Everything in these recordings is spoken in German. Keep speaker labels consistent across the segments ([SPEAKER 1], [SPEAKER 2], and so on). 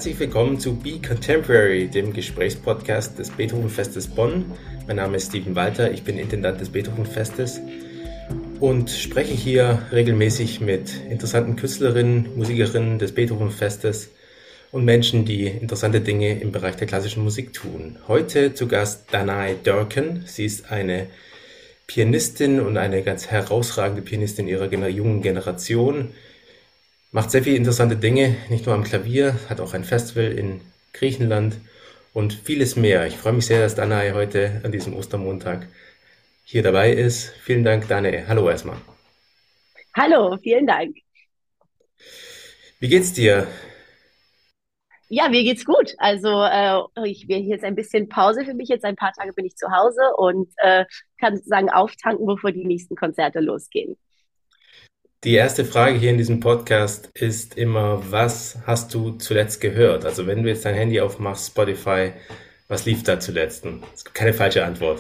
[SPEAKER 1] Herzlich willkommen zu Be Contemporary, dem Gesprächspodcast des Beethoven-Festes Bonn. Mein Name ist Steven Walter, ich bin Intendant des Beethoven-Festes und spreche hier regelmäßig mit interessanten Künstlerinnen, Musikerinnen des Beethoven-Festes und Menschen, die interessante Dinge im Bereich der klassischen Musik tun. Heute zu Gast Danae Durkin. Sie ist eine Pianistin und eine ganz herausragende Pianistin ihrer jungen Generation. Macht sehr viele interessante Dinge, nicht nur am Klavier, hat auch ein Festival in Griechenland und vieles mehr. Ich freue mich sehr, dass Danae heute an diesem Ostermontag hier dabei ist. Vielen Dank, Danae. Hallo erstmal.
[SPEAKER 2] Hallo, vielen Dank.
[SPEAKER 1] Wie geht's dir?
[SPEAKER 2] Ja, mir geht's gut. Hier ist ein bisschen Pause für mich. Jetzt ein paar Tage bin ich zu Hause und kann sozusagen auftanken, bevor die nächsten Konzerte losgehen.
[SPEAKER 1] Die erste Frage hier in diesem Podcast ist immer, was hast du zuletzt gehört? Also wenn du jetzt dein Handy aufmachst, Spotify, was lief da zuletzt? Es gibt keine falsche Antwort.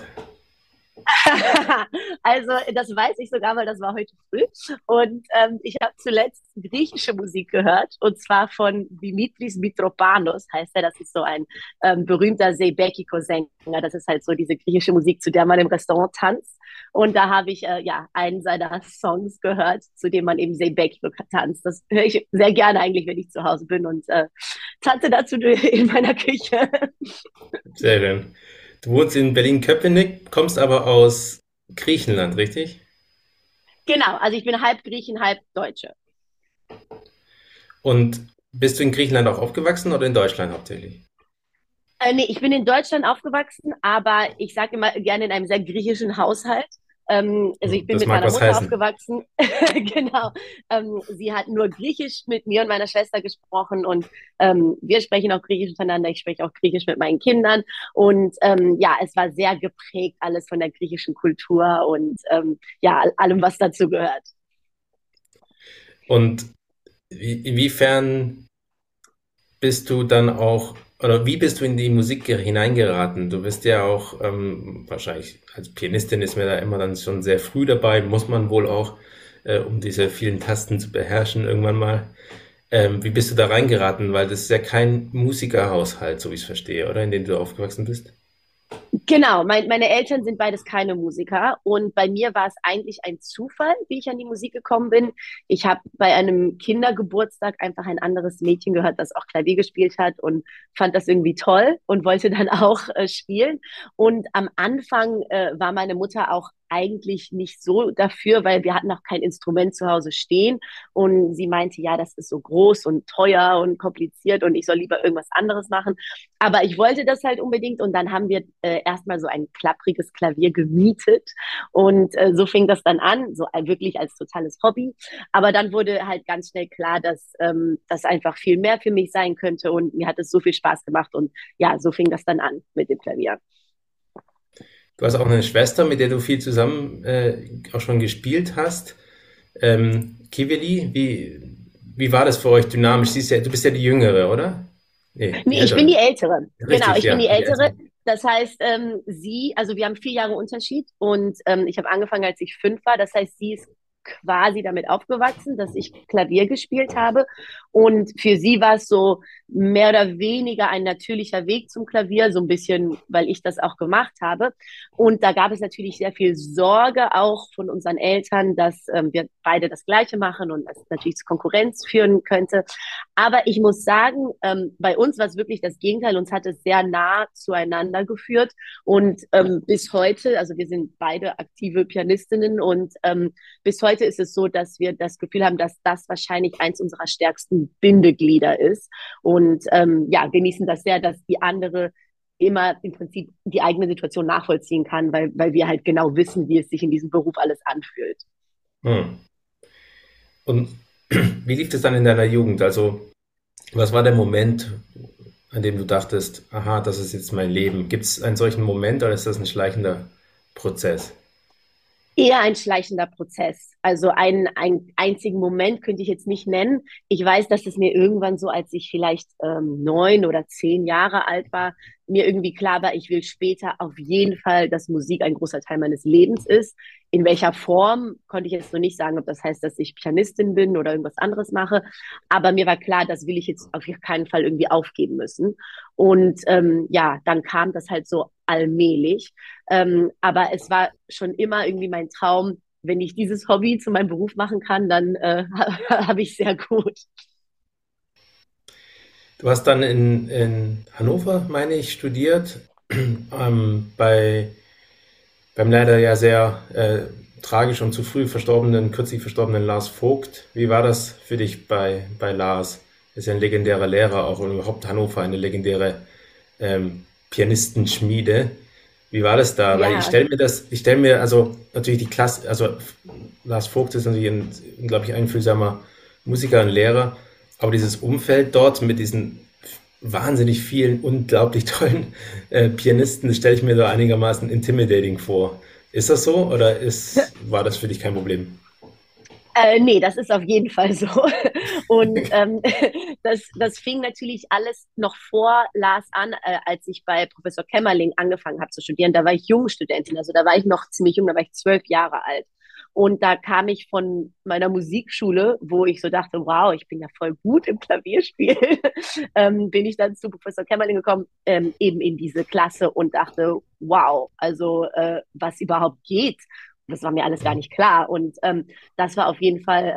[SPEAKER 2] Also, das weiß ich sogar, weil das war heute früh. Und ich habe zuletzt griechische Musik gehört, und zwar von Dimitris Mitropanos, heißt er. Das ist so ein berühmter Zeybekiko-Sänger. Das ist halt so diese griechische Musik, zu der man im Restaurant tanzt. Und da habe ich einen seiner Songs gehört, zu dem man eben Zeybekiko tanzt. Das höre ich sehr gerne eigentlich, wenn ich zu Hause bin und tanze dazu in meiner Küche.
[SPEAKER 1] Sehr schön. Du wohnst in Berlin-Köpenick, kommst aber aus Griechenland, richtig?
[SPEAKER 2] Genau, also ich bin halb Griechin, halb Deutsche.
[SPEAKER 1] Und bist du in Griechenland auch aufgewachsen oder in Deutschland hauptsächlich?
[SPEAKER 2] Nee, ich bin in Deutschland aufgewachsen, aber ich sage immer gerne in einem sehr griechischen Haushalt. Also ich bin
[SPEAKER 1] Das
[SPEAKER 2] mit
[SPEAKER 1] mag
[SPEAKER 2] meiner
[SPEAKER 1] was
[SPEAKER 2] Mutter
[SPEAKER 1] heißen.
[SPEAKER 2] aufgewachsen. Genau. Sie hat nur Griechisch mit mir und meiner Schwester gesprochen, und wir sprechen auch Griechisch miteinander. Ich spreche auch Griechisch mit meinen Kindern. Und ja, es war sehr geprägt, alles von der griechischen Kultur und ja, allem, was dazu gehört.
[SPEAKER 1] Und inwiefern bist du dann auch, oder wie bist du in die Musik hineingeraten? Du bist ja auch wahrscheinlich als Pianistin ist man da immer dann schon sehr früh dabei, muss man wohl auch, um diese vielen Tasten zu beherrschen irgendwann mal. Wie bist du da reingeraten? Weil das ist ja kein Musikerhaushalt, so wie ich es verstehe, oder? In dem du aufgewachsen bist.
[SPEAKER 2] Genau, meine Eltern sind beides keine Musiker, und bei mir war es eigentlich ein Zufall, wie ich an die Musik gekommen bin. Ich habe bei einem Kindergeburtstag einfach ein anderes Mädchen gehört, das auch Klavier gespielt hat, und fand das irgendwie toll und wollte dann auch spielen. Und am Anfang war meine Mutter auch eigentlich nicht so dafür, weil wir hatten auch kein Instrument zu Hause stehen, und sie meinte, ja, das ist so groß und teuer und kompliziert und ich soll lieber irgendwas anderes machen. Aber ich wollte das halt unbedingt, und dann haben wir erstmal so ein klappriges Klavier gemietet, und so fing das dann an, so wirklich als totales Hobby. Aber dann wurde halt ganz schnell klar, dass das einfach viel mehr für mich sein könnte, und mir hat es so viel Spaß gemacht, und ja, so fing das dann an mit dem Klavier.
[SPEAKER 1] Du hast auch eine Schwester, mit der du viel zusammen auch schon gespielt hast. Kiveli, wie war das für euch dynamisch? Du bist ja die Jüngere, oder? Nee, die
[SPEAKER 2] Nee, ich bin die
[SPEAKER 1] Ältere.
[SPEAKER 2] Ältere. Genau,
[SPEAKER 1] Richtig,
[SPEAKER 2] ich bin
[SPEAKER 1] ja,
[SPEAKER 2] die
[SPEAKER 1] die
[SPEAKER 2] Ältere.
[SPEAKER 1] Ältere.
[SPEAKER 2] Das heißt, also wir haben 4 Jahre Unterschied, und ich habe angefangen, als ich 5 war. Das heißt, sie ist quasi damit aufgewachsen, dass ich Klavier gespielt habe. Und für sie war es so mehr oder weniger ein natürlicher Weg zum Klavier, so ein bisschen, weil ich das auch gemacht habe. Und da gab es natürlich sehr viel Sorge auch von unseren Eltern, dass wir beide das Gleiche machen und das natürlich zu Konkurrenz führen könnte. Aber ich muss sagen, bei uns war es wirklich das Gegenteil. Uns hat es sehr nah zueinander geführt. Und bis heute, also wir sind beide aktive Pianistinnen, und bis heute ist es so, dass wir das Gefühl haben, dass das wahrscheinlich eins unserer stärksten Bindeglieder ist. Und ja, genießen das sehr, dass die andere immer im Prinzip die eigene Situation nachvollziehen kann, weil wir halt genau wissen, wie es sich in diesem Beruf alles anfühlt.
[SPEAKER 1] Hm. Und wie lief es dann in deiner Jugend? Also, was war der Moment, an dem du dachtest, aha, das ist jetzt mein Leben? Gibt es einen solchen Moment oder ist das ein schleichender Prozess?
[SPEAKER 2] Eher ein schleichender Prozess. Also einen einzigen Moment könnte ich jetzt nicht nennen. Ich weiß, dass es mir irgendwann so, als ich vielleicht 9 oder 10 Jahre alt war, mir irgendwie klar war, ich will später auf jeden Fall, dass Musik ein großer Teil meines Lebens ist. In welcher Form, konnte ich jetzt noch nicht sagen, ob das heißt, dass ich Pianistin bin oder irgendwas anderes mache. Aber mir war klar, das will ich jetzt auf keinen Fall irgendwie aufgeben müssen. Und ja, dann kam das halt so allmählich. Aber es war schon immer irgendwie mein Traum, wenn ich dieses Hobby zu meinem Beruf machen kann, dann habe ich sehr gut.
[SPEAKER 1] Du hast dann in Hannover, meine ich, studiert, beim leider ja sehr tragisch und zu früh kürzlich verstorbenen Lars Vogt. Wie war das für dich bei Lars? Ist ja ein legendärer Lehrer, auch und überhaupt Hannover eine legendäre Pianistenschmiede. Wie war das da? Weil
[SPEAKER 2] Ja,
[SPEAKER 1] ich stelle mir also natürlich die Klasse, also Lars Vogt ist natürlich ein unglaublich einfühlsamer Musiker und Lehrer, aber dieses Umfeld dort mit diesen wahnsinnig vielen, unglaublich tollen Pianisten, das stelle ich mir so einigermaßen intimidating vor. Ist das so oder war das für dich kein Problem?
[SPEAKER 2] nee, das ist auf jeden Fall so. Und das fing natürlich alles noch vor Lars an, als ich bei Professor Kämmerling angefangen habe zu studieren. Da war ich Jungstudentin, also da war ich noch ziemlich jung, da war ich 12 Jahre alt. Und da kam ich von meiner Musikschule, wo ich so dachte, wow, ich bin ja voll gut im Klavierspiel, bin ich dann zu Professor Kämmerling gekommen, eben in diese Klasse und dachte, wow, also was überhaupt geht. Das war mir alles gar nicht klar. Und das war auf jeden Fall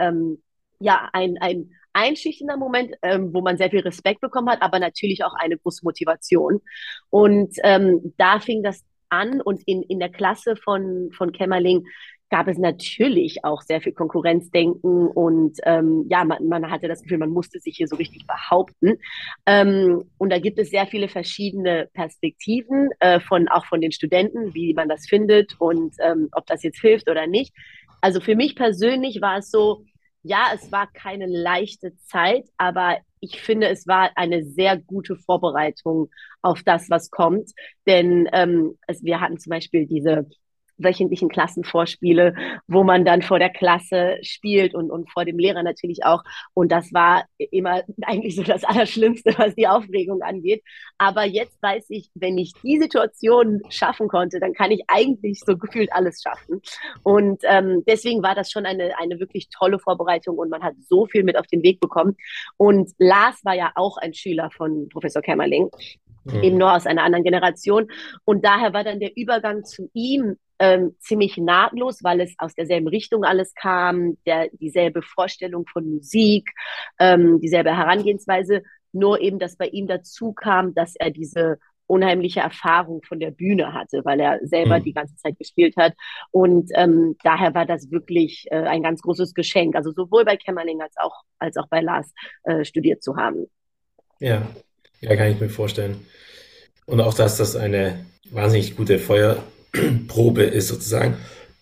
[SPEAKER 2] ja ein einschüchternder Moment, wo man sehr viel Respekt bekommen hat, aber natürlich auch eine große Motivation. Und da fing das an und in der Klasse von Kämmerling gab es natürlich auch sehr viel Konkurrenzdenken und ja, man hatte das Gefühl, man musste sich hier so richtig behaupten. Und da gibt es sehr viele verschiedene Perspektiven auch von den Studenten, wie man das findet und ob das jetzt hilft oder nicht. Also für mich persönlich war es so, ja, es war keine leichte Zeit, aber ich finde, es war eine sehr gute Vorbereitung auf das, was kommt. Denn wir hatten zum Beispiel diese wöchentlichen Klassenvorspiele, wo man dann vor der Klasse spielt und vor dem Lehrer natürlich auch. Und das war immer eigentlich so das Allerschlimmste, was die Aufregung angeht. Aber jetzt weiß ich, wenn ich die Situation schaffen konnte, dann kann ich eigentlich so gefühlt alles schaffen. Und deswegen war das schon eine wirklich tolle Vorbereitung und man hat so viel mit auf den Weg bekommen. Und Lars war ja auch ein Schüler von Professor Kämmerling, eben
[SPEAKER 1] Mhm.
[SPEAKER 2] nur aus einer anderen Generation. Und daher war dann der Übergang zu ihm ziemlich nahtlos, weil es aus derselben Richtung alles kam, dieselbe Vorstellung von Musik, dieselbe Herangehensweise, nur eben, dass bei ihm dazu kam, dass er diese unheimliche Erfahrung von der Bühne hatte, weil er selber die
[SPEAKER 1] Mhm.
[SPEAKER 2] ganze Zeit gespielt hat. Und daher war das wirklich ein ganz großes Geschenk, also sowohl bei Kämmerling als auch bei Lars studiert zu haben.
[SPEAKER 1] Ja, ja, kann ich mir vorstellen. Und auch, dass das eine wahnsinnig gute Feuerprobe ist, sozusagen,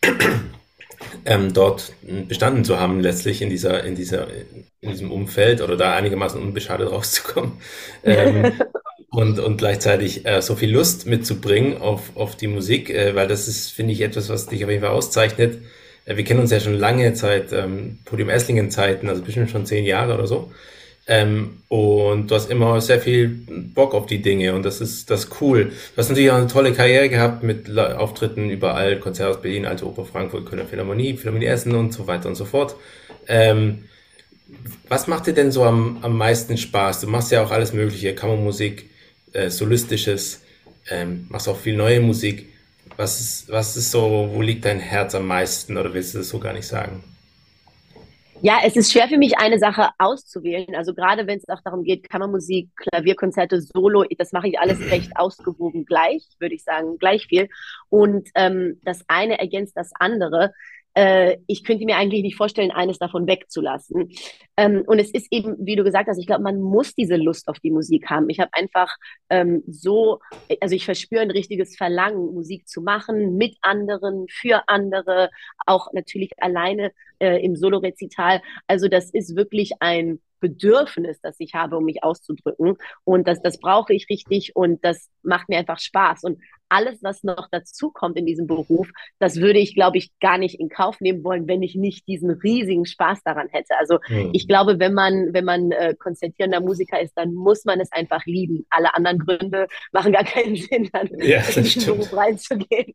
[SPEAKER 1] dort bestanden zu haben, letztlich in diesem Umfeld oder da einigermaßen unbeschadet rauszukommen. Ähm, und gleichzeitig so viel Lust mitzubringen auf die Musik, weil das ist, finde ich, etwas, was dich auf jeden Fall auszeichnet. Wir kennen uns ja schon lange Zeit, Podium Esslingen-Zeiten, also bestimmt schon 10 Jahre oder so. Und du hast immer sehr viel Bock auf die Dinge und das ist cool. Du hast natürlich auch eine tolle Karriere gehabt mit Auftritten überall, Konzert aus Berlin, Alte Oper Frankfurt, Kölner Philharmonie, Philharmonie Essen und so weiter und so fort. Ähm, Was macht dir denn so am meisten Spaß? Du machst ja auch alles Mögliche, Kammermusik, Solistisches, machst auch viel neue Musik. Was ist so, wo liegt dein Herz am meisten oder willst du das so gar nicht sagen?
[SPEAKER 2] Ja, es ist schwer für mich, eine Sache auszuwählen. Also gerade wenn es auch darum geht, Kammermusik, Klavierkonzerte, Solo, das mache ich alles recht ausgewogen gleich, würde ich sagen, gleich viel. Und das eine ergänzt das andere. Ich könnte mir eigentlich nicht vorstellen, eines davon wegzulassen. Und es ist eben, wie du gesagt hast, ich glaube, man muss diese Lust auf die Musik haben. Ich habe einfach also ich verspüre ein richtiges Verlangen, Musik zu machen, mit anderen, für andere, auch natürlich alleine im Solo-Rezital. Also das ist wirklich Bedürfnis, das ich habe, um mich auszudrücken. Und das brauche ich richtig und das macht mir einfach Spaß. Und alles, was noch dazu kommt in diesem Beruf, das würde ich, glaube ich, gar nicht in Kauf nehmen wollen, wenn ich nicht diesen riesigen Spaß daran hätte. Also ich
[SPEAKER 1] Hm.
[SPEAKER 2] glaube, wenn man konzertierender Musiker ist, dann muss man es einfach lieben. Alle anderen Gründe machen gar keinen Sinn, dann
[SPEAKER 1] Ja,
[SPEAKER 2] in
[SPEAKER 1] das
[SPEAKER 2] diesen
[SPEAKER 1] stimmt.
[SPEAKER 2] Beruf reinzugehen.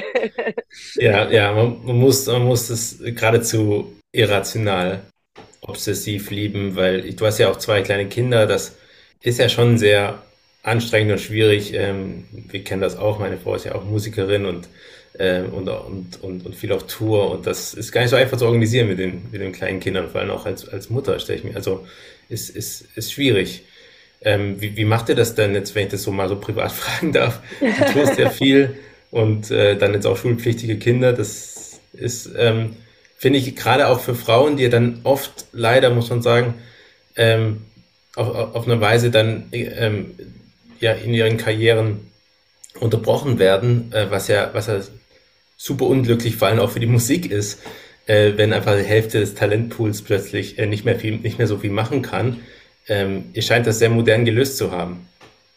[SPEAKER 1] Ja, ja, man muss es geradezu irrational obsessiv lieben, weil du hast ja auch zwei kleine Kinder, das ist ja schon sehr anstrengend und schwierig. Wir kennen das auch, meine Frau ist ja auch Musikerin und viel auf Tour und das ist gar nicht so einfach zu organisieren mit den kleinen Kindern, vor allem auch als Mutter, stelle ich mir. Also ist schwierig. Wie macht ihr das denn jetzt, wenn ich das so mal so privat fragen darf? Du tust ja viel und dann jetzt auch schulpflichtige Kinder. Das ist, finde ich, gerade auch für Frauen, die ja dann oft, leider muss man sagen, ähm, auf eine Weise dann ja in ihren Karrieren unterbrochen werden, was ja super unglücklich, vor allem auch für die Musik ist, wenn einfach die Hälfte des Talentpools plötzlich nicht mehr so viel machen kann. Ihr scheint das sehr modern gelöst zu haben.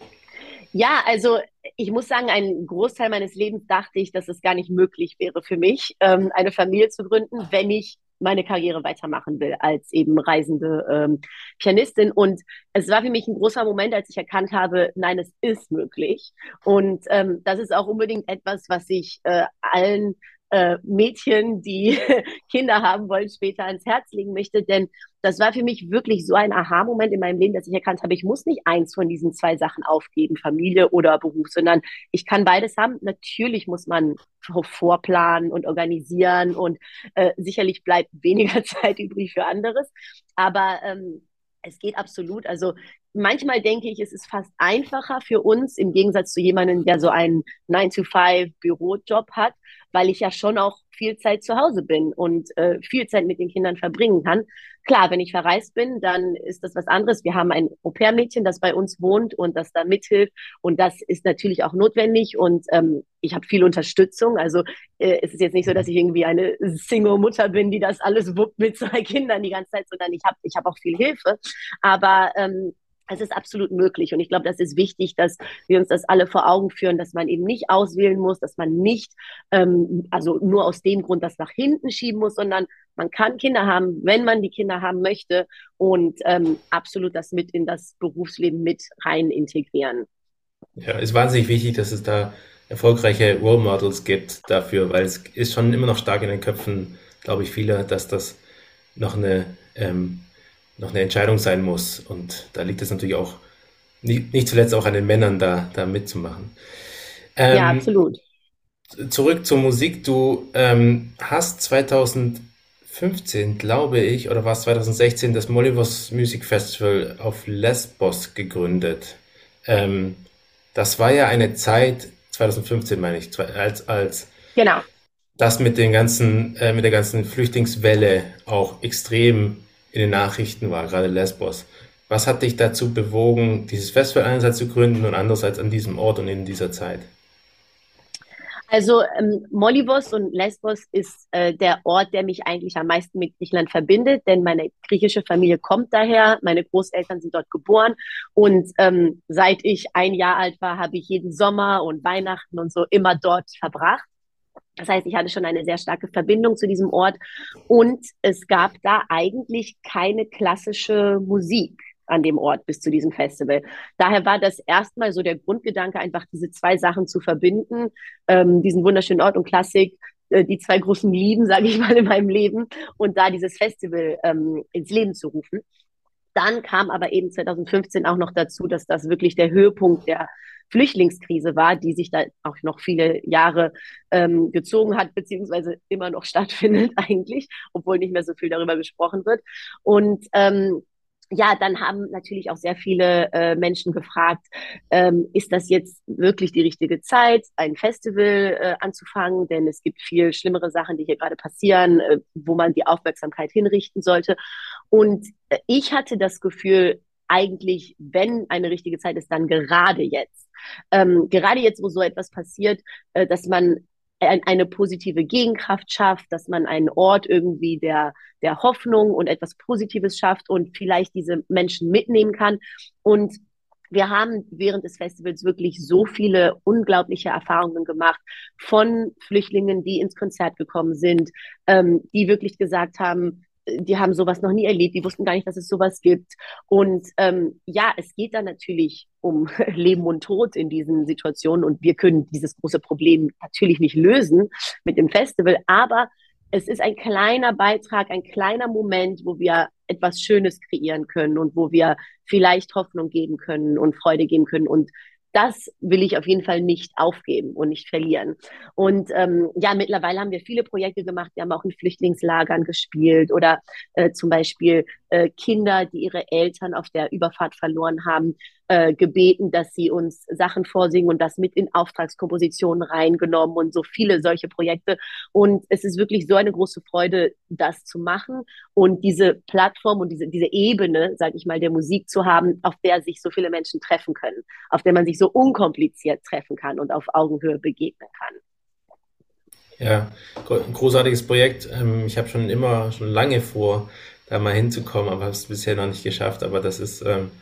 [SPEAKER 2] Ja, also ich muss sagen, einen Großteil meines Lebens dachte ich, dass es gar nicht möglich wäre für mich, eine Familie zu gründen, wenn ich meine Karriere weitermachen will als eben reisende Pianistin. Und es war für mich ein großer Moment, als ich erkannt habe, nein, es ist möglich. Und das ist auch unbedingt etwas, was ich allen Mädchen, die Kinder haben wollen, später ans Herz legen möchte. Denn das war für mich wirklich so ein Aha-Moment in meinem Leben, dass ich erkannt habe, ich muss nicht eins von diesen zwei Sachen aufgeben, Familie oder Beruf, sondern ich kann beides haben. Natürlich muss man vorplanen und organisieren und sicherlich bleibt weniger Zeit übrig für anderes. Aber es geht absolut. Also manchmal denke ich, es ist fast einfacher für uns im Gegensatz zu jemandem, der so einen 9-to-5 Bürojob hat, weil ich ja schon auch viel Zeit zu Hause bin und viel Zeit mit den Kindern verbringen kann. Klar, wenn ich verreist bin, dann ist das was anderes. Wir haben ein Au-pair-Mädchen, das bei uns wohnt und das da mithilft. Und das ist natürlich auch notwendig. Und ich habe viel Unterstützung. Also es ist jetzt nicht so, dass ich irgendwie eine Single-Mutter bin, die das alles wuppt mit zwei Kindern die ganze Zeit, sondern ich hab auch viel Hilfe. Aber es ist absolut möglich. Und ich glaube, das ist wichtig, dass wir uns das alle vor Augen führen, dass man eben nicht auswählen muss, dass man nicht, also nur aus dem Grund das nach hinten schieben muss, sondern man kann Kinder haben, wenn man die Kinder haben möchte und absolut das mit in das Berufsleben mit rein integrieren.
[SPEAKER 1] Ja, ist wahnsinnig wichtig, dass es da erfolgreiche Role Models gibt dafür, weil es ist schon immer noch stark in den Köpfen, glaube ich, vieler, dass das noch noch eine Entscheidung sein muss. Und da liegt es natürlich auch nicht zuletzt auch an den Männern, da mitzumachen.
[SPEAKER 2] Ja,
[SPEAKER 1] Ähm,
[SPEAKER 2] absolut.
[SPEAKER 1] Zurück zur Musik. Du hast 2015, glaube ich, oder war es 2016, das Molivos Music Festival auf Lesbos gegründet. Ähm, Das war ja eine Zeit, 2015 meine ich, als
[SPEAKER 2] Genau.
[SPEAKER 1] das mit der ganzen Flüchtlingswelle auch extrem in den Nachrichten war, gerade Lesbos. Was hat dich dazu bewogen, dieses Festival einerseits zu gründen und andererseits an diesem Ort und in dieser Zeit?
[SPEAKER 2] Also Molivos und Lesbos ist der Ort, der mich eigentlich am meisten mit Griechenland verbindet, denn meine griechische Familie kommt daher, meine Großeltern sind dort geboren und seit ich ein Jahr alt war, habe ich jeden Sommer und Weihnachten und so immer dort verbracht. Das heißt, ich hatte schon eine sehr starke Verbindung zu diesem Ort und es gab da eigentlich keine klassische Musik an dem Ort bis zu diesem Festival. Daher war das erstmal so der Grundgedanke, einfach diese zwei Sachen zu verbinden, diesen wunderschönen Ort und Klassik, die zwei großen Lieben, sage ich mal, in meinem Leben und da dieses Festival ins Leben zu rufen. Dann kam aber eben 2015 auch noch dazu, dass das wirklich der Höhepunkt der Flüchtlingskrise war, die sich da auch noch viele Jahre gezogen hat, beziehungsweise immer noch stattfindet eigentlich, obwohl nicht mehr so viel darüber gesprochen wird. Und ja, dann haben natürlich auch sehr viele Menschen gefragt, ist das jetzt wirklich die richtige Zeit, ein Festival anzufangen? Denn es gibt viel schlimmere Sachen, die hier gerade passieren, wo man die Aufmerksamkeit hinrichten sollte. Und ich hatte das Gefühl, eigentlich, wenn eine richtige Zeit ist, dann gerade jetzt. Gerade jetzt, wo so etwas passiert, dass man eine positive Gegenkraft schafft, dass man einen Ort irgendwie der Hoffnung und etwas Positives schafft und vielleicht diese Menschen mitnehmen kann. Und wir haben während des Festivals wirklich so viele unglaubliche Erfahrungen gemacht von Flüchtlingen, die ins Konzert gekommen sind, die wirklich gesagt haben, die haben sowas noch nie erlebt, die wussten gar nicht, dass es sowas gibt. Und ja, es geht dann natürlich um Leben und Tod in diesen Situationen und wir können dieses große Problem natürlich nicht lösen mit dem Festival, aber es ist ein kleiner Beitrag, ein kleiner Moment, wo wir etwas Schönes kreieren können und wo wir vielleicht Hoffnung geben können und Freude geben können. Und das will ich auf jeden Fall nicht aufgeben und nicht verlieren. Und ja, mittlerweile haben wir viele Projekte gemacht. Wir haben auch in Flüchtlingslagern gespielt oder zum Beispiel Kinder, die ihre Eltern auf der Überfahrt verloren haben, gebeten, dass sie uns Sachen vorsingen und das mit in Auftragskompositionen reingenommen und so viele solche Projekte. Und es ist wirklich so eine große Freude, das zu machen und diese Plattform und diese Ebene, sage ich mal, der Musik zu haben, auf der sich so viele Menschen treffen können, auf der man sich so unkompliziert treffen kann und auf Augenhöhe begegnen kann.
[SPEAKER 1] Ja, großartiges Projekt. Ich habe schon lange vor, da mal hinzukommen, aber habe es bisher noch nicht geschafft. Aber das ist,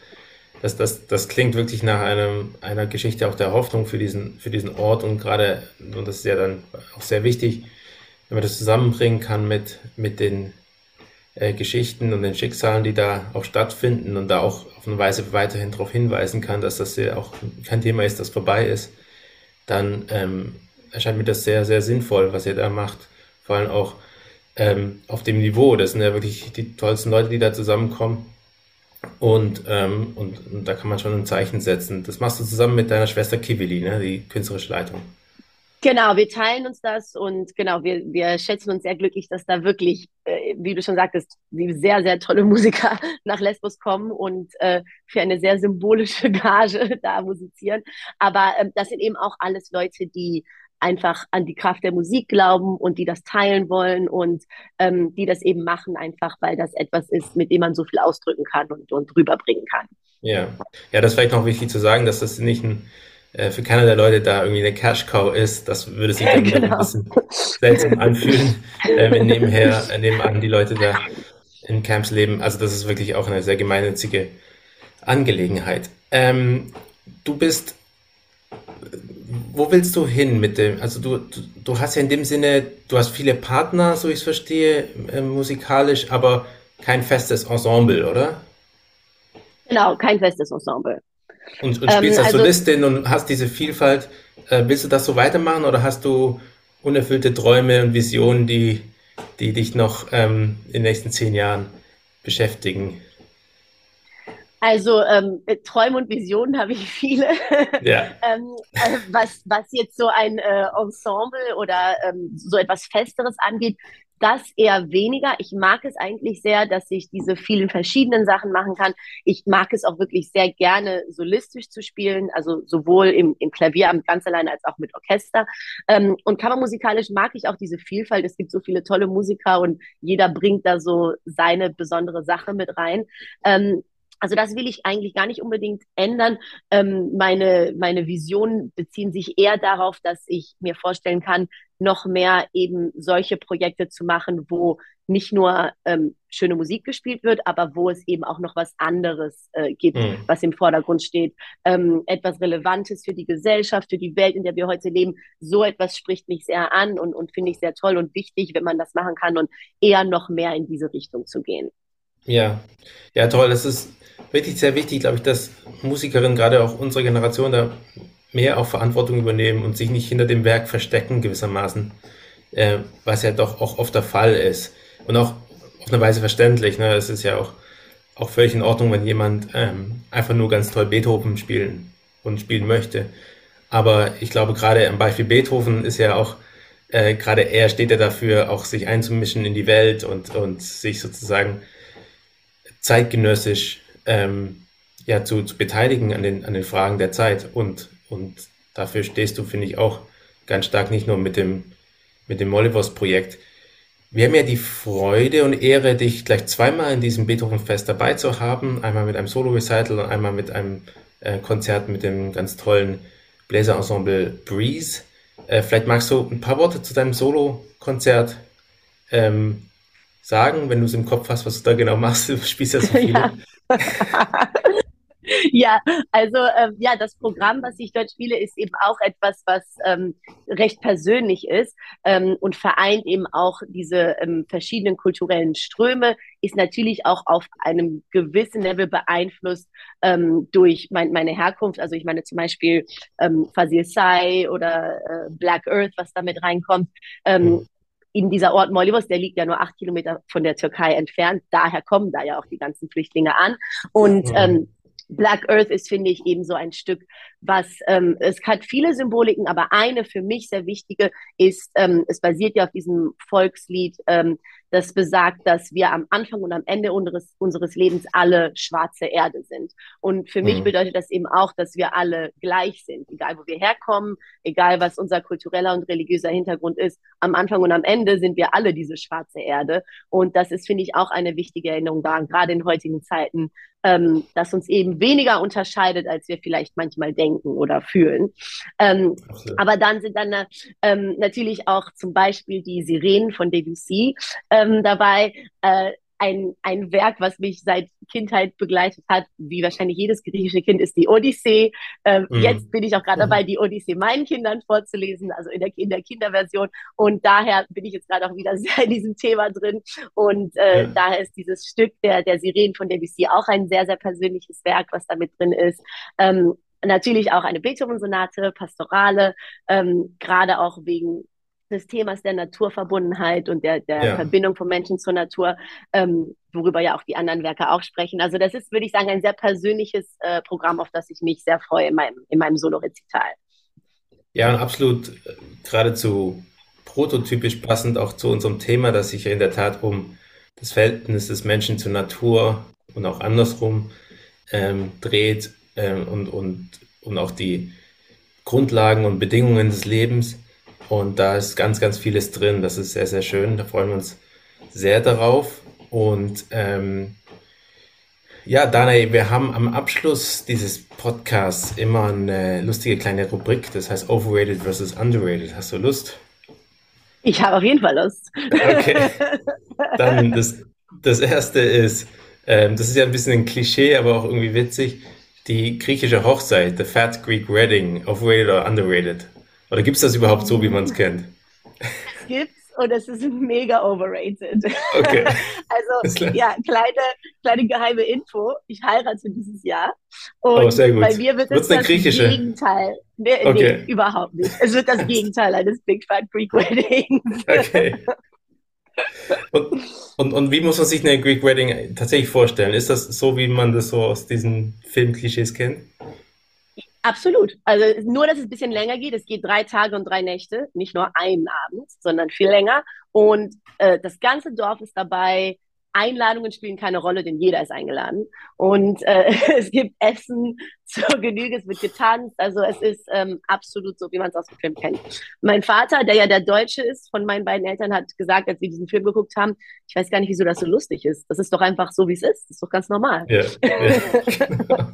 [SPEAKER 1] das klingt wirklich nach einer Geschichte auch der Hoffnung für diesen Ort und gerade, und das ist ja dann auch sehr wichtig, wenn man das zusammenbringen kann mit den Geschichten und den Schicksalen, die da auch stattfinden und da auch auf eine Weise weiterhin darauf hinweisen kann, dass das ja auch kein Thema ist, das vorbei ist, dann erscheint mir das sehr, sehr sinnvoll, was ihr da macht. Vor allem auch auf dem Niveau. Das sind ja wirklich die tollsten Leute, die da zusammenkommen. Und da kann man schon ein Zeichen setzen. Das machst du zusammen mit deiner Schwester Kivili, ne? Die künstlerische Leitung.
[SPEAKER 2] Genau, wir teilen uns das und genau, wir schätzen uns sehr glücklich, dass da wirklich, wie du schon sagtest, sehr, sehr tolle Musiker nach Lesbos kommen und für eine sehr symbolische Gage da musizieren. Aber das sind eben auch alles Leute, die einfach an die Kraft der Musik glauben und die das teilen wollen und die das eben machen, einfach weil das etwas ist, mit dem man so viel ausdrücken kann und rüberbringen kann.
[SPEAKER 1] Ja. Ja, das ist vielleicht noch wichtig zu sagen, dass das nicht für keiner der Leute da irgendwie eine Cash-Cow ist. Das würde sich dann wieder ein bisschen seltsam anfühlen, wenn nebenan die Leute da in Camps leben. Also das ist wirklich auch eine sehr gemeinnützige Angelegenheit. Wo willst du hin mit dem, also du hast ja in dem Sinne, du hast viele Partner, so ich es verstehe, musikalisch, aber kein festes Ensemble, oder?
[SPEAKER 2] Genau, kein festes Ensemble.
[SPEAKER 1] Und spielst als Solistin und hast diese Vielfalt. Willst du das so weitermachen oder hast du unerfüllte Träume und Visionen, die dich noch in den nächsten 10 Jahren beschäftigen?
[SPEAKER 2] Also Träume und Visionen habe ich viele.
[SPEAKER 1] Ja.
[SPEAKER 2] Was jetzt so ein Ensemble oder so etwas Festeres angeht, das eher weniger. Ich mag es eigentlich sehr, dass ich diese vielen verschiedenen Sachen machen kann. Ich mag es auch wirklich sehr gerne, solistisch zu spielen, also sowohl im Klavier ganz allein als auch mit Orchester. Und kammermusikalisch mag ich auch diese Vielfalt. Es gibt so viele tolle Musiker und jeder bringt da so seine besondere Sache mit rein. Also das will ich eigentlich gar nicht unbedingt ändern. Meine Visionen beziehen sich eher darauf, dass ich mir vorstellen kann, noch mehr eben solche Projekte zu machen, wo nicht nur schöne Musik gespielt wird, aber wo es eben auch noch was anderes gibt, was im Vordergrund steht. Etwas Relevantes für die Gesellschaft, für die Welt, in der wir heute leben. So etwas spricht mich sehr an und finde ich sehr toll und wichtig, wenn man das machen kann und eher noch mehr in diese Richtung zu gehen.
[SPEAKER 1] Ja, ja, toll. Das ist wirklich sehr wichtig, glaube ich, dass Musikerinnen, gerade auch unserer Generation, da mehr auch Verantwortung übernehmen und sich nicht hinter dem Werk verstecken gewissermaßen, was ja doch auch oft der Fall ist. Und auch auf eine Weise verständlich. Ne? Es ist ja auch völlig in Ordnung, wenn jemand einfach nur ganz toll Beethoven spielen möchte. Aber ich glaube, gerade am Beispiel Beethoven ist ja auch, gerade er steht ja dafür, auch sich einzumischen in die Welt und sich sozusagen zeitgenössisch zu beteiligen an den Fragen der Zeit und dafür stehst du, finde ich, auch ganz stark, nicht nur mit dem Molivos-Projekt. Wir haben ja die Freude und Ehre, dich gleich zweimal in diesem Beethoven-Fest dabei zu haben, einmal mit einem Solo-Recital und einmal mit einem Konzert mit dem ganz tollen Bläserensemble Breeze. Vielleicht magst du ein paar Worte zu deinem Solo-Konzert ähm, sagen, wenn du es im Kopf hast, was du da genau machst. Du spielst ja so viele.
[SPEAKER 2] Ja. Ja, also ja, das Programm, was ich dort spiele, ist eben auch etwas, was recht persönlich ist und vereint eben auch diese verschiedenen kulturellen Ströme, ist natürlich auch auf einem gewissen Level beeinflusst durch meine Herkunft. Also ich meine zum Beispiel Fazil Say oder Black Earth, was damit reinkommt.
[SPEAKER 1] Hm.
[SPEAKER 2] In dieser Ort Molyvos, der liegt ja nur 8 Kilometer von der Türkei entfernt. Daher kommen da ja auch die ganzen Flüchtlinge an. Und
[SPEAKER 1] Hm.
[SPEAKER 2] Black Earth ist, finde ich, eben so ein Stück, was es hat viele Symboliken, aber eine für mich sehr wichtige ist, es basiert ja auf diesem Volkslied, das besagt, dass wir am Anfang und am Ende unseres Lebens alle schwarze Erde sind. Und für mich
[SPEAKER 1] Hm.
[SPEAKER 2] bedeutet das eben auch, dass wir alle gleich sind, egal wo wir herkommen, egal was unser kultureller und religiöser Hintergrund ist. Am Anfang und am Ende sind wir alle diese schwarze Erde. Und das ist, finde ich, auch eine wichtige Erinnerung daran, gerade in heutigen Zeiten, das uns eben weniger unterscheidet, als wir vielleicht manchmal denken oder fühlen.
[SPEAKER 1] Absolut.
[SPEAKER 2] Aber dann sind dann natürlich auch zum Beispiel die Sirenen von Debussy dabei. Ein Werk, was mich seit Kindheit begleitet hat, wie wahrscheinlich jedes griechische Kind, ist die Odyssee.
[SPEAKER 1] Hm.
[SPEAKER 2] Jetzt bin ich auch gerade dabei, die Odyssee meinen Kindern vorzulesen, also in der Kinderversion. Und daher bin ich jetzt gerade auch wieder sehr in diesem Thema drin. Und
[SPEAKER 1] Ja.
[SPEAKER 2] daher ist dieses Stück der Sirenen von Debussy auch ein sehr, sehr persönliches Werk, was da mit drin ist. Natürlich auch eine Beethoven-Sonate, Pastorale, gerade auch wegen des Themas der Naturverbundenheit und der
[SPEAKER 1] Ja.
[SPEAKER 2] Verbindung von Menschen zur Natur, worüber ja auch die anderen Werke auch sprechen. Also das ist, würde ich sagen, ein sehr persönliches Programm, auf das ich mich sehr freue in meinem Solo-Rezital.
[SPEAKER 1] Ja, und absolut geradezu prototypisch passend auch zu unserem Thema, das sich ja in der Tat um das Verhältnis des Menschen zur Natur und auch andersrum dreht und auch die Grundlagen und Bedingungen des Lebens. Und da ist ganz, ganz vieles drin. Das ist sehr, sehr schön. Da freuen wir uns sehr darauf. Und ja, Danae, wir haben am Abschluss dieses Podcasts immer eine lustige kleine Rubrik, das heißt Overrated versus Underrated. Hast du Lust?
[SPEAKER 2] Ich habe auf jeden Fall Lust.
[SPEAKER 1] Okay, dann das erste ist, das ist ja ein bisschen ein Klischee, aber auch irgendwie witzig, die griechische Hochzeit, the Fat Greek Wedding, overrated oder underrated? Oder gibt es das überhaupt so, wie man es kennt?
[SPEAKER 2] Es gibt's und es ist mega overrated.
[SPEAKER 1] Okay.
[SPEAKER 2] Also ja, kleine geheime Info. Ich heirate dieses Jahr
[SPEAKER 1] Oh,
[SPEAKER 2] und
[SPEAKER 1] sehr gut.
[SPEAKER 2] bei mir wird
[SPEAKER 1] Wird
[SPEAKER 2] es
[SPEAKER 1] es eine
[SPEAKER 2] das
[SPEAKER 1] griechische?
[SPEAKER 2] Gegenteil. Nee,
[SPEAKER 1] Okay,
[SPEAKER 2] überhaupt nicht. Es wird das Gegenteil eines Big Fat Greek Weddings.
[SPEAKER 1] okay. Und, und wie muss man sich eine Greek Wedding tatsächlich vorstellen? Ist das so, wie man das so aus diesen Filmklischees kennt?
[SPEAKER 2] Absolut. Also nur, dass es ein bisschen länger geht. Es geht 3 Tage und 3 Nächte, nicht nur einen Abend, sondern viel länger. Und das ganze Dorf ist dabei. Einladungen spielen keine Rolle, denn jeder ist eingeladen. Und es gibt Essen zur Genüge, es wird getanzt. Also es ist absolut so, wie man es aus dem Film kennt. Mein Vater, der ja der Deutsche ist, von meinen beiden Eltern, hat gesagt, als wir diesen Film geguckt haben, ich weiß gar nicht, wieso das so lustig ist. Das ist doch einfach so, wie es ist. Das ist doch ganz normal.
[SPEAKER 1] Ja, ja, genau.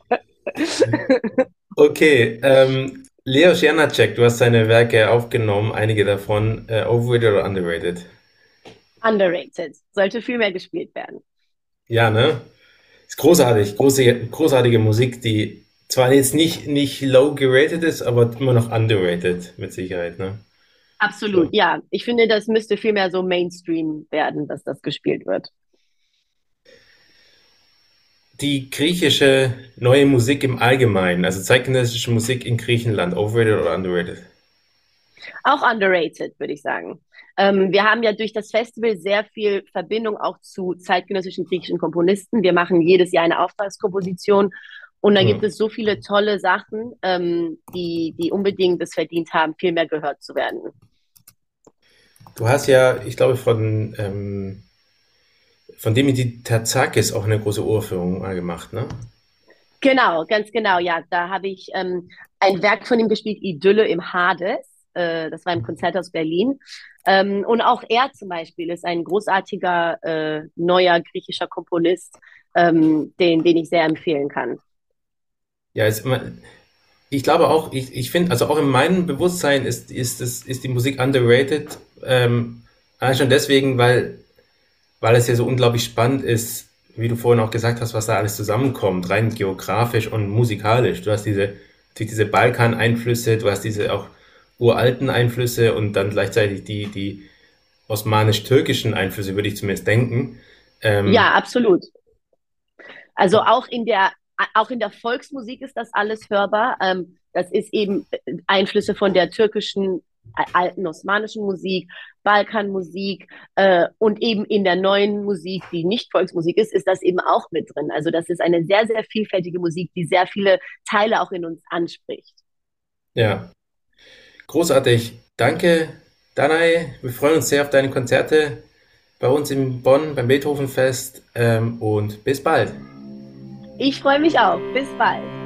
[SPEAKER 1] Okay, Leo Janacek, du hast seine Werke aufgenommen, einige davon, overrated oder underrated?
[SPEAKER 2] Underrated. Sollte viel mehr gespielt werden.
[SPEAKER 1] Ja, ne? Ist großartig, großartige Musik, die zwar jetzt nicht low geratet ist, aber immer noch underrated, mit Sicherheit, ne?
[SPEAKER 2] Absolut,
[SPEAKER 1] So.
[SPEAKER 2] ja. Ich finde, das müsste viel mehr so Mainstream werden, dass das gespielt wird.
[SPEAKER 1] Die griechische neue Musik im Allgemeinen, also zeitgenössische Musik in Griechenland, overrated oder underrated?
[SPEAKER 2] Auch underrated, würde ich sagen. Wir haben ja durch das Festival sehr viel Verbindung auch zu zeitgenössischen griechischen Komponisten. Wir machen jedes Jahr eine Auftragskomposition und da gibt
[SPEAKER 1] Hm.
[SPEAKER 2] es so viele tolle Sachen, die unbedingt es verdient haben, viel mehr gehört zu werden.
[SPEAKER 1] Du hast ja, ich glaube, von Dimitri Terzakis auch eine große Uraufführung mal gemacht, ne?
[SPEAKER 2] Genau, ganz genau, ja. Da habe ich ein Werk von ihm gespielt, Idylle im Hades. Das war im Konzerthaus Berlin. Und auch er zum Beispiel ist ein großartiger neuer griechischer Komponist, den ich sehr empfehlen kann.
[SPEAKER 1] Ja, ich glaube auch, ich finde, also auch in meinem Bewusstsein ist die Musik underrated. Allein schon deswegen, weil es ja so unglaublich spannend ist, wie du vorhin auch gesagt hast, was da alles zusammenkommt, rein geografisch und musikalisch. Du hast diese Balkan-Einflüsse, du hast diese auch uralten Einflüsse und dann gleichzeitig die osmanisch-türkischen Einflüsse, würde ich zumindest denken. Ähm,
[SPEAKER 2] Ja, absolut. Also auch in der Volksmusik ist das alles hörbar. Das ist eben Einflüsse von der türkischen, alten osmanischen Musik, Balkanmusik und eben in der neuen Musik, die nicht Volksmusik ist, ist das eben auch mit drin. Also das ist eine sehr, sehr vielfältige Musik, die sehr viele Teile auch in uns anspricht.
[SPEAKER 1] ja, großartig. Danke, Danai. Wir freuen uns sehr auf deine Konzerte bei uns in Bonn beim Beethovenfest und bis bald.
[SPEAKER 2] Ich freue mich auch. Bis bald.